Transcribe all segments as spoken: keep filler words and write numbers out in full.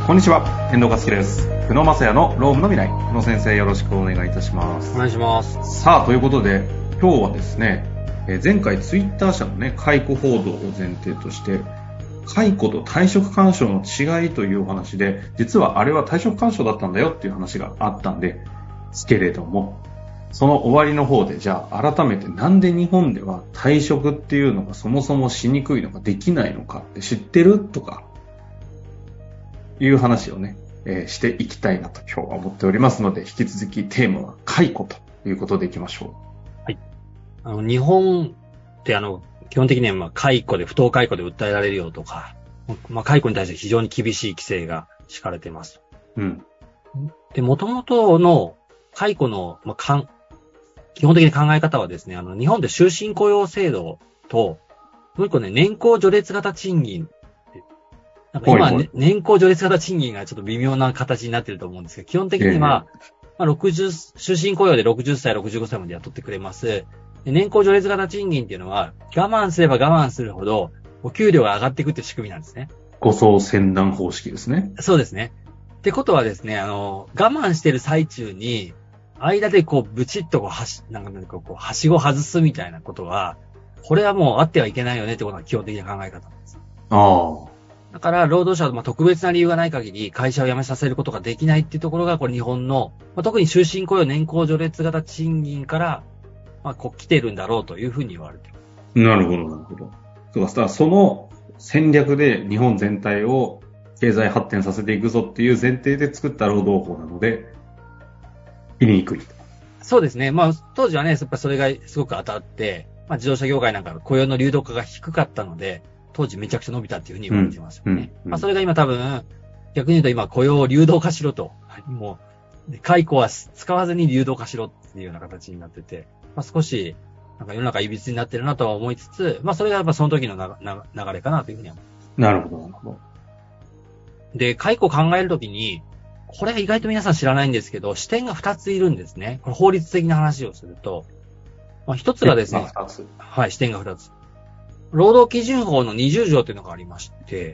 こんにちは、遠藤和樹です。久野正也のロームの未来。久野先生、よろしくお願いいたします。 お願いします。 さあ、ということで今日はですね、え前回ツイッター社のね解雇報道を前提として解雇と退職勧奨の違いというお話で、実はあれは退職勧奨だったんだよっていう話があったんですけれども、その終わりの方で、じゃあ改めてなんで日本では退職っていうのがそもそもしにくいのかできないのかって知ってるとかいう話をね、えー、していきたいなと今日は思っておりますので、引き続きテーマは解雇ということでいきましょう。 はい。あの日本ってあの基本的にはまあ解雇で不当解雇で訴えられるよとか、まあ解雇に対して非常に厳しい規制が敷かれています。 うん。 で、元々の解雇のまあかん基本的に考え方はですね、あの日本で終身雇用制度ともう一個ね、年功序列型賃金。なんか今、ね、年功序列型賃金がちょっと微妙な形になっていると思うんですけど、基本的には、えーまあ、ろくじゅう、終身雇用でろくじゅっさい、ろくじゅうごさいまで雇ってくれます。で年功序列型賃金っていうのは、我慢すれば我慢するほど、お給料が上がっていくっていう仕組みなんですね。 護送船団方式ですね。 そうですね。ってことはですね、あの、我慢してる最中に、間でこう、ブチッとこう、はし、なんかこう、はしご外すみたいなことは、これはもうあってはいけないよねってことが基本的な考え方なんです。 ああ。 だから、労働者はまあ特別な理由がない限り、会社を辞めさせることができないっていうところが、これ日本の、まあ、特に終身雇用年功序列型賃金から、まあ、こう来てるんだろうというふうに言われている。 なるほど、なるほど。そうか、その戦略で日本全体を経済発展させていくぞっていう前提で作った労働法なので、切りにくい。 そうですね。まあ、当時はね、やっぱそれがすごく当たって、まあ、自動車業界なんかの雇用の流動化が低かったので、当時めちゃくちゃ伸びたっていうふうに言われてますよね。うんうんうん、まあ、それが今多分、逆に言うと今雇用を流動化しろと。もう、解雇は使わずに流動化しろっていうような形になってて、まあ、少し、なんか世の中いびつになってるなとは思いつつ、まあ、それがやっぱその時のなな流れかなというふうには思います。 なるほど、なるほど。 で、解雇を考えるときに、これは意外と皆さん知らないんですけど、視点がふたついるんですね。これ法律的な話をすると、まあ、ひとつがですね、はい、視点がふたつ。労働基準法のにじゅう条というのがありまして。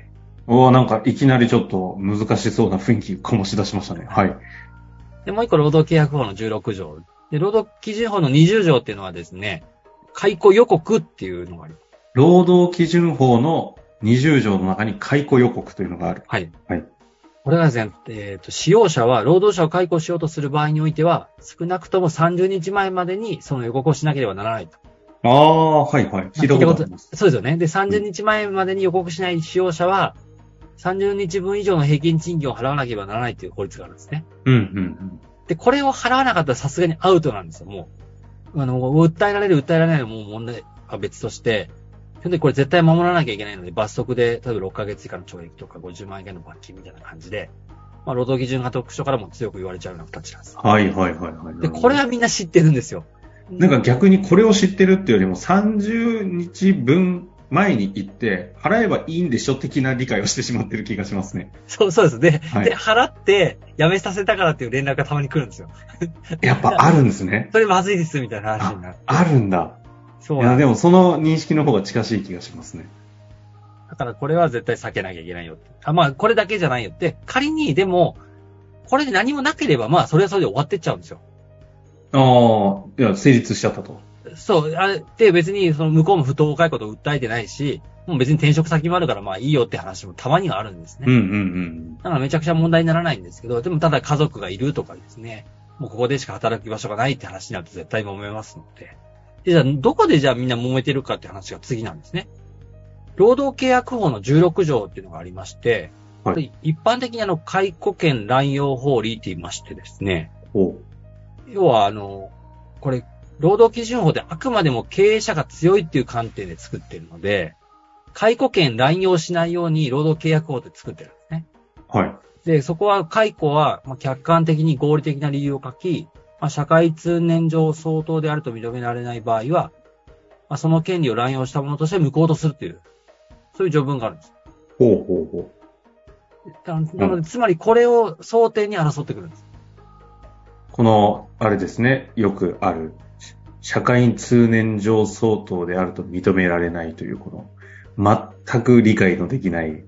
おー、なんかいきなりちょっと難しそうな雰囲気醸し出しましたね。はい。 で、もう一個労働契約法のじゅうろく条。で、労働基準法のにじゅう条っていうのはですね、解雇予告っていうのがあります。 労働基準法のにじゅう条の中に解雇予告というのがある。 はい。 はい。 これがですね、えっと、使用者は労働者を解雇しようとする場合においては、少なくともさんじゅうにちまえまでにその予告をしなければならないと。 ああ、はいはい。聞いたことあります。 そうですよね。で、さんじゅうにちまえまでに予告しない使用者は、さんじゅうにちぶん以上の平均賃金を払わなければならないという法律があるんですね。 うんうんうん。 で、これを払わなかったらさすがにアウトなんですよ、もう。あの、訴えられる、訴えられないのも問題は別として、基本的にこれ絶対守らなきゃいけないので、罰則で、例えばろっかげつ以下の懲役とかごじゅうまんえん以下の罰金みたいな感じで、まあ、労働基準法特書からも強く言われちゃうような形なんです。 はいはいはいはい。 で、これはみんな知ってるんですよ。 なんか逆にこれを知ってるっていうよりもさんじゅうにちぶん前に行って払えばいいんでしょ的な理解をしてしまってる気がしますね。 そう、そうです。で、 はい、 で払って辞めさせたからっていう連絡がたまに来るんですよ。 やっぱあるんですね。 それまずいですみたいな話になって。 あ、あるんだ。 そう。 いや、でもその認識の方が近しい気がしますね。 だからこれは絶対避けなきゃいけないよって。あ、まあこれだけじゃないよって。仮にでも、これで何もなければまあそれはそれで終わってっちゃうんですよ。 ああ、いや、成立しちゃったと。 そう、あれで別にその向こうも不当解雇と訴えてないし、もう別に転職先もあるからまあいいよって話もたまにはあるんですね。 うんうんうん。 だからめちゃくちゃ問題にならないんですけど、でもただ家族がいるとかですね、もうここでしか働く場所がないって話になると絶対揉めますので。で、じゃあどこでじゃあみんな揉めてるかって話が次なんですね。労働契約法のじゅうろく条っていうのがありまして、はい、一般的にあの解雇権乱用法理って言いましてですね。 お要はあの、これ、労働基準法であくまでも経営者が強いっていう観点で作っているので、解雇権乱用しないように労働契約法で作ってるんですね。 はい。 で、そこは解雇はまあ客観的に合理的な理由を書き、まあ、社会通念上相当であると認められない場合は、まあ、その権利を乱用したものとして無効とするという、そういう条文があるんです。 ほうほうほう。なので、つまりこれを争点に争ってくるんです。 この、あれですね、よくある、社会通念上相当であると認められないという、この、全く理解のできない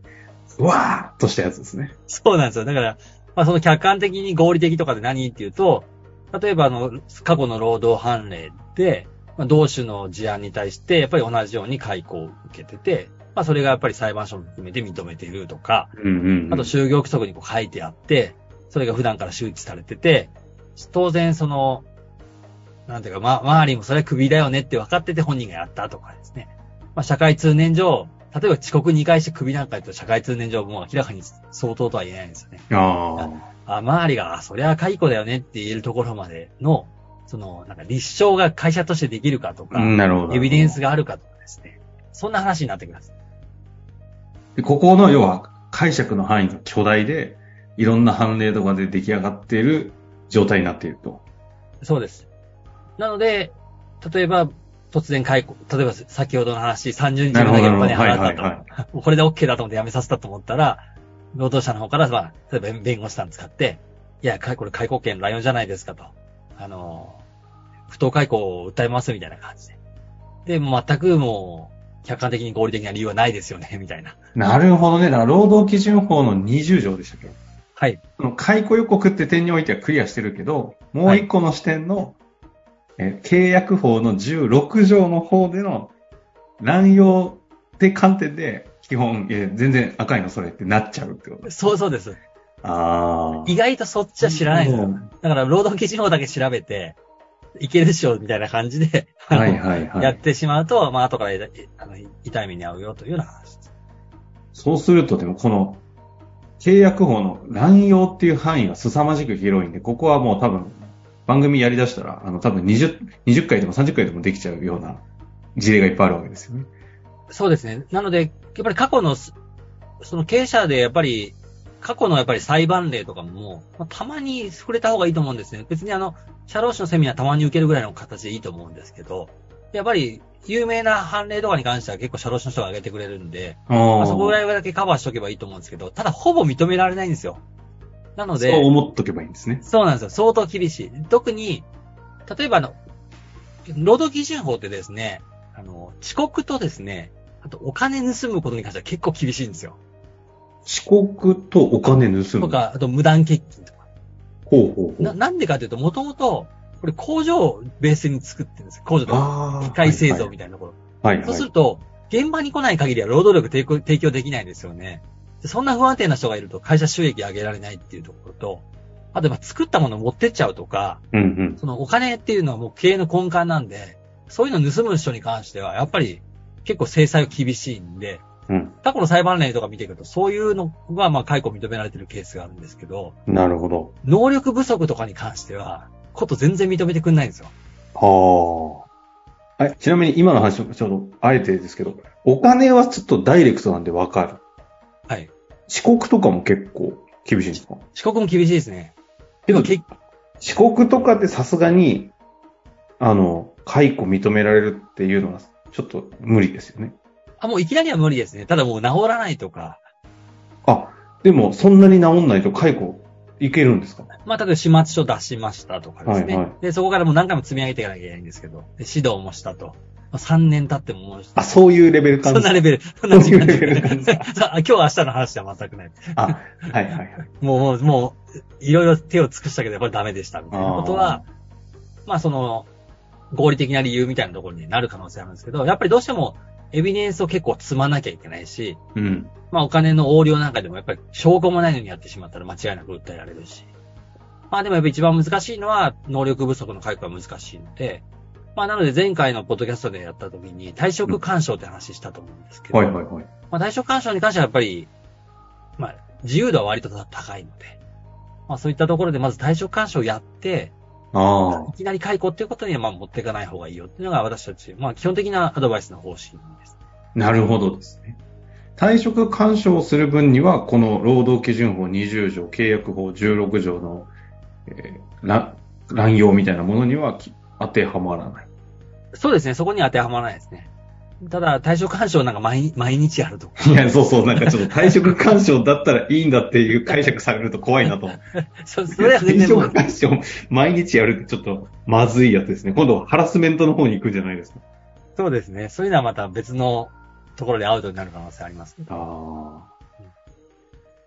うわーっとしたやつですね。 そうなんですよ。だから、まあその客観的に合理的とかで何っていうと、例えばあの、過去の労働判例で、まあ、同種の事案に対して、やっぱり同じように解雇を受けてて、まあそれがやっぱり裁判所も含めて認めているとか、 うんうんうん、 あと就業規則にこう書いてあって、それが普段から周知されてて、当然その、なんていうか、ま、周りもそれはクビだよねって分かってて本人がやったとかですね。まあ社会通念上、例えば遅刻にかいしてクビなんか言うと社会通念上もう明らかに相当とは言えないんですよね。 ああ。周りが、あ、そりゃ解雇だよねって言えるところまでの、その、なんか立証が会社としてできるかとか、 なるほど。 エビデンスがあるかとかですね。そんな話になってきます。 でここの要は解釈の範囲が巨大で、いろんな判例とかで出来上がっている状態になっていると。 そうです。なので、例えば、突然解雇、例えば先ほどの話、さんじゅうにちぶんだけお金払ったと。はいはいはい、これで OK だと思って辞めさせたと思ったら、労働者の方から、まあ、例えば弁護士さん使って、いや、これ解雇権乱用じゃないですかと。あの、不当解雇を訴えますみたいな感じで。で、もう全くもう、客観的に合理的な理由はないですよね、みたいな。 なるほどね。だから労働基準法のにじゅう条でしたっけど。 はい。 その解雇予告って点においてはクリアしてるけど、もう一個の視点の、はい、え契約法のじゅうろく条の方での乱用って観点で、基本、え全然赤いのそれってなっちゃうってことです。 そうそうです。 あ意外とそっちは知らないんですよ。だから労働基準法だけ調べて、いけるでしょみたいな感じで、はいはいはい、やってしまうと、まあ後からあの痛い目に遭うよというような話です。 そうすると、でもこの契約法の乱用っていう範囲が凄まじく広いんで、ここはもう多分番組やり出したら、あの多分20、20回でもさんじゅっかいでもできちゃうような事例がいっぱいあるわけですよね。 そうですね。なので、やっぱり過去の、その経営者でやっぱり、過去のやっぱり裁判例とかも、まあ、たまに触れた方がいいと思うんですね。別にあの、社労士のセミナーたまに受けるぐらいの形でいいと思うんですけど、やっぱり、有名な判例とかに関しては結構社労士の人が挙げてくれるんで、まあ、そこぐらいだけカバーしとけばいいと思うんですけど、ただほぼ認められないんですよ。なので、 そう思っとけばいいんですね。 そうなんですよ。相当厳しい。特に、例えばあの、労働基準法ってですね、あの、遅刻とですね、あとお金盗むことに関しては結構厳しいんですよ。 遅刻とお金盗むとか、あと無断欠勤とか。 ほうほうほう。 な、なんでかというと、もともと、これ工場をベースに作ってるんですよ。工場で機械製造みたいなところ。はいはい、そうすると、現場に来ない限りは労働力提供、提供できないんですよね。そんな不安定な人がいると会社収益上げられないっていうところと、あと、作ったものを持ってっちゃうとか、うんうん、そのお金っていうのはもう経営の根幹なんで、そういうのを盗む人に関しては、やっぱり結構制裁は厳しいんで、うん、過去の裁判例とか見ていくと、そういうのは、まあ、解雇認められているケースがあるんですけど、 なるほど。 能力不足とかに関しては、こと全然認めてくんないんですよ。 はあ。え、ちなみに今の話、ちょうど、あえてですけど、お金はちょっとダイレクトなんでわかる。 はい。 遅刻とかも結構厳しいんですか？ 遅刻も厳しいですね。 でも、遅刻とかってさすがに、あの、解雇認められるっていうのは、ちょっと無理ですよね。 あ、もういきなりは無理ですね。ただもう治らないとか。 あ、でもそんなに治んないと解雇いけるんですか？ まあ、例えば始末書出しましたとかですね。はいはい、で、そこからもう何回も積み上げていかなきゃいけないんですけど、で指導もしたと。さんねん経ってももう。 あ、そういうレベル感じ。そんなレベル。 そんなレベル感じ。 今日明日の話は全くない。 あ、はいはいはい。 もう、もう、もう、いろいろ手を尽くしたけど、やっぱりダメでしたみたいなことは、あまあその、合理的な理由みたいなところになる可能性あるんですけど、やっぱりどうしても、エビデンスを結構積まなきゃいけないし、うん。まあお金の横領なんかでもやっぱり証拠もないのにやってしまったら間違いなく訴えられるし。まあでもやっぱ一番難しいのは能力不足の解雇が難しいので、まあなので前回のポッドキャストでやった時に退職干渉って話したと思うんですけど、うん、はいはいはい。まあ退職干渉に関してはやっぱり、まあ自由度は割と高いので、まあそういったところでまず退職干渉をやって、あいきなり解雇っていうことにはまあ持っていかない方がいいよっていうのが私たち、まあ基本的なアドバイスの方針です。 なるほどですね。退職干渉をする分には、この労働基準法にじゅう条、契約法じゅうろく条の、えー、乱用みたいなものには当てはまらない。 そうですね。そこには当てはまらないですね。ただ、退職干渉なんか毎、毎日やると。 いや、そうそう、なんかちょっと退職干渉だったらいいんだっていう解釈されると怖いなと。 そ、それは全然退職干渉毎日やるってちょっとまずいやつですね。今度ハラスメントの方に行くんじゃないですか。 そうですね。そういうのはまた別のところでアウトになる可能性あります、ね。ああ、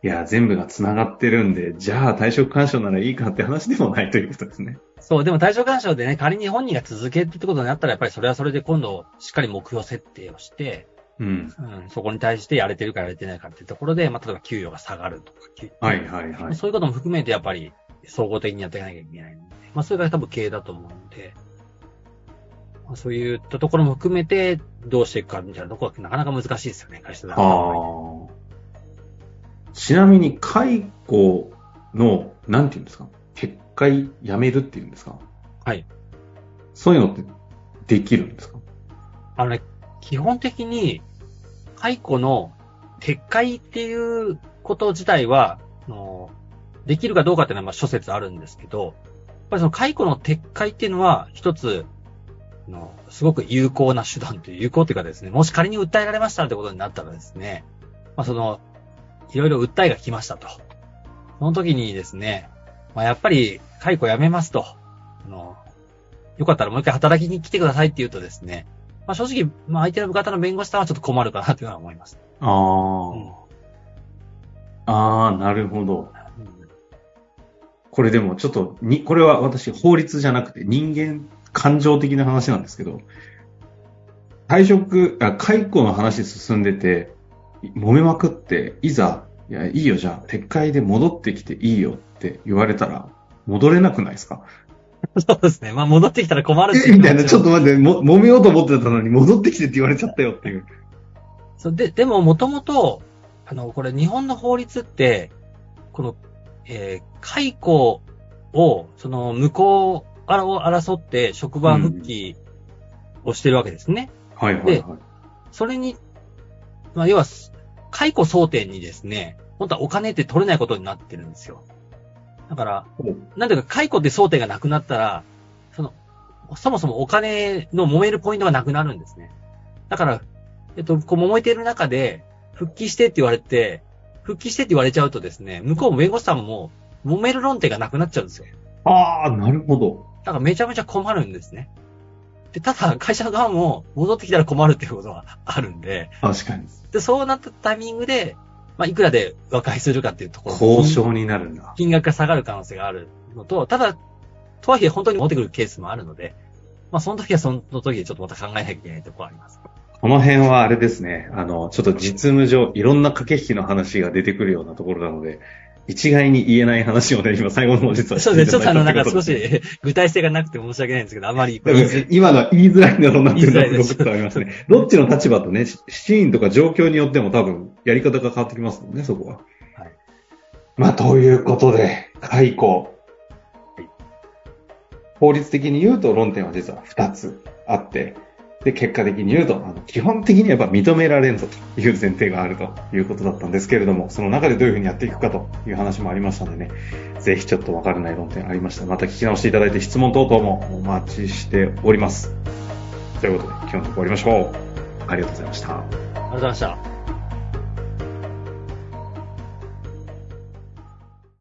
いや、全部が繋がってるんで、じゃあ退職勧奨ならいいかって話でもないということですね。 そう、でも退職勧奨でね、仮に本人が続けるってことになったら、やっぱりそれはそれで今度、しっかり目標設定をして、 うん。 うん、そこに対してやれてるかやれてないかっていうところで、まあ、例えば給与が下がるとか、 はいはいはい。 そういうことも含めてやっぱり総合的にやっていかなきゃいけないので、まあ、それが多分経営だと思うので、まあ、そういったところも含めてどうしていくかみたいなところはなかなか難しいですよね、会社だと。 ちなみに解雇の、なんていうんですか、撤回やめるっていうんですか。 はい。 そういうのってできるんですか？ あのね、基本的に解雇の撤回っていうこと自体は、あのできるかどうかっていうのはまあ諸説あるんですけど、やっぱりその解雇の撤回っていうのは一つのすごく有効な手段という、有効というかですね、もし仮に訴えられましたってことになったらですね、まあその、いろいろ訴えが来ましたと。その時にですね、まあやっぱり解雇やめますと。あの、よかったらもう一回働きに来てくださいって言うとですね、まあ正直、まあ相手の方の弁護士さんはちょっと困るかなというのは思います。 ああ、うん。ああ、なるほど。うん、これでもちょっとに、これは私法律じゃなくて人間感情的な話なんですけど、退職、あ、解雇の話進んでて、揉めまくって、いざ、いや、いいよ、じゃあ、撤回で戻ってきていいよって言われたら、戻れなくないですか？ そうですね。まあ、戻ってきたら困るっていう。みたいな、ちょっと待って、も、揉めようと思ってたのに、戻ってきてって言われちゃったよっていう。 そう、で、でも、もともと、あの、これ、日本の法律って、この、えー、解雇を、その、向こうを争って、職場復帰をしてるわけですね。 うん、はいはいはい。 で、それに、まあ、要は、解雇争点にですね、本当はお金って取れないことになってるんですよ。だから、なんていうか解雇って争点がなくなったら、その、そもそもお金の揉めるポイントがなくなるんですね。だから、えっと、こう揉めてる中で、復帰してって言われて、復帰してって言われちゃうとですね、向こうも弁護士さんも揉める論点がなくなっちゃうんですよ。 ああ、なるほど。 だからめちゃめちゃ困るんですね。で、ただ、会社側も戻ってきたら困るっていうことがあるんで。 確かに。 で、そうなったタイミングで、まあ、いくらで和解するかっていうところ。 交渉になるんだ。 金額が下がる可能性があるのと、ただ、とはいえ本当に戻ってくるケースもあるので、まあ、その時はその時でちょっとまた考えなきゃいけないところがあります。 この辺はあれですね、あの、ちょっと実務上、いろんな駆け引きの話が出てくるようなところなので、一概に言えない話をね、今最後の方実はそうですね、ちょっとあの、なんか少し具体性がなくて申し訳ないんですけど、あまり。 今のは言いづらいんだろうなっていうのがすごく伝わりますね。どっちの立場とね、シーンとか状況によっても多分、やり方が変わってきますもんね、そこは。はい。まあ、ということで、解雇。はい、法律的に言うと論点は実は二つあって、で、結果的に言うと、あの基本的にはやっぱ認められんぞという前提があるということだったんですけれども、その中でどういうふうにやっていくかという話もありましたのでね、ぜひちょっとわからない論点ありましたら、また聞き直していただいて質問等々もお待ちしております。ということで、今日のところ終わりましょう。ありがとうございました。 ありがとうございました。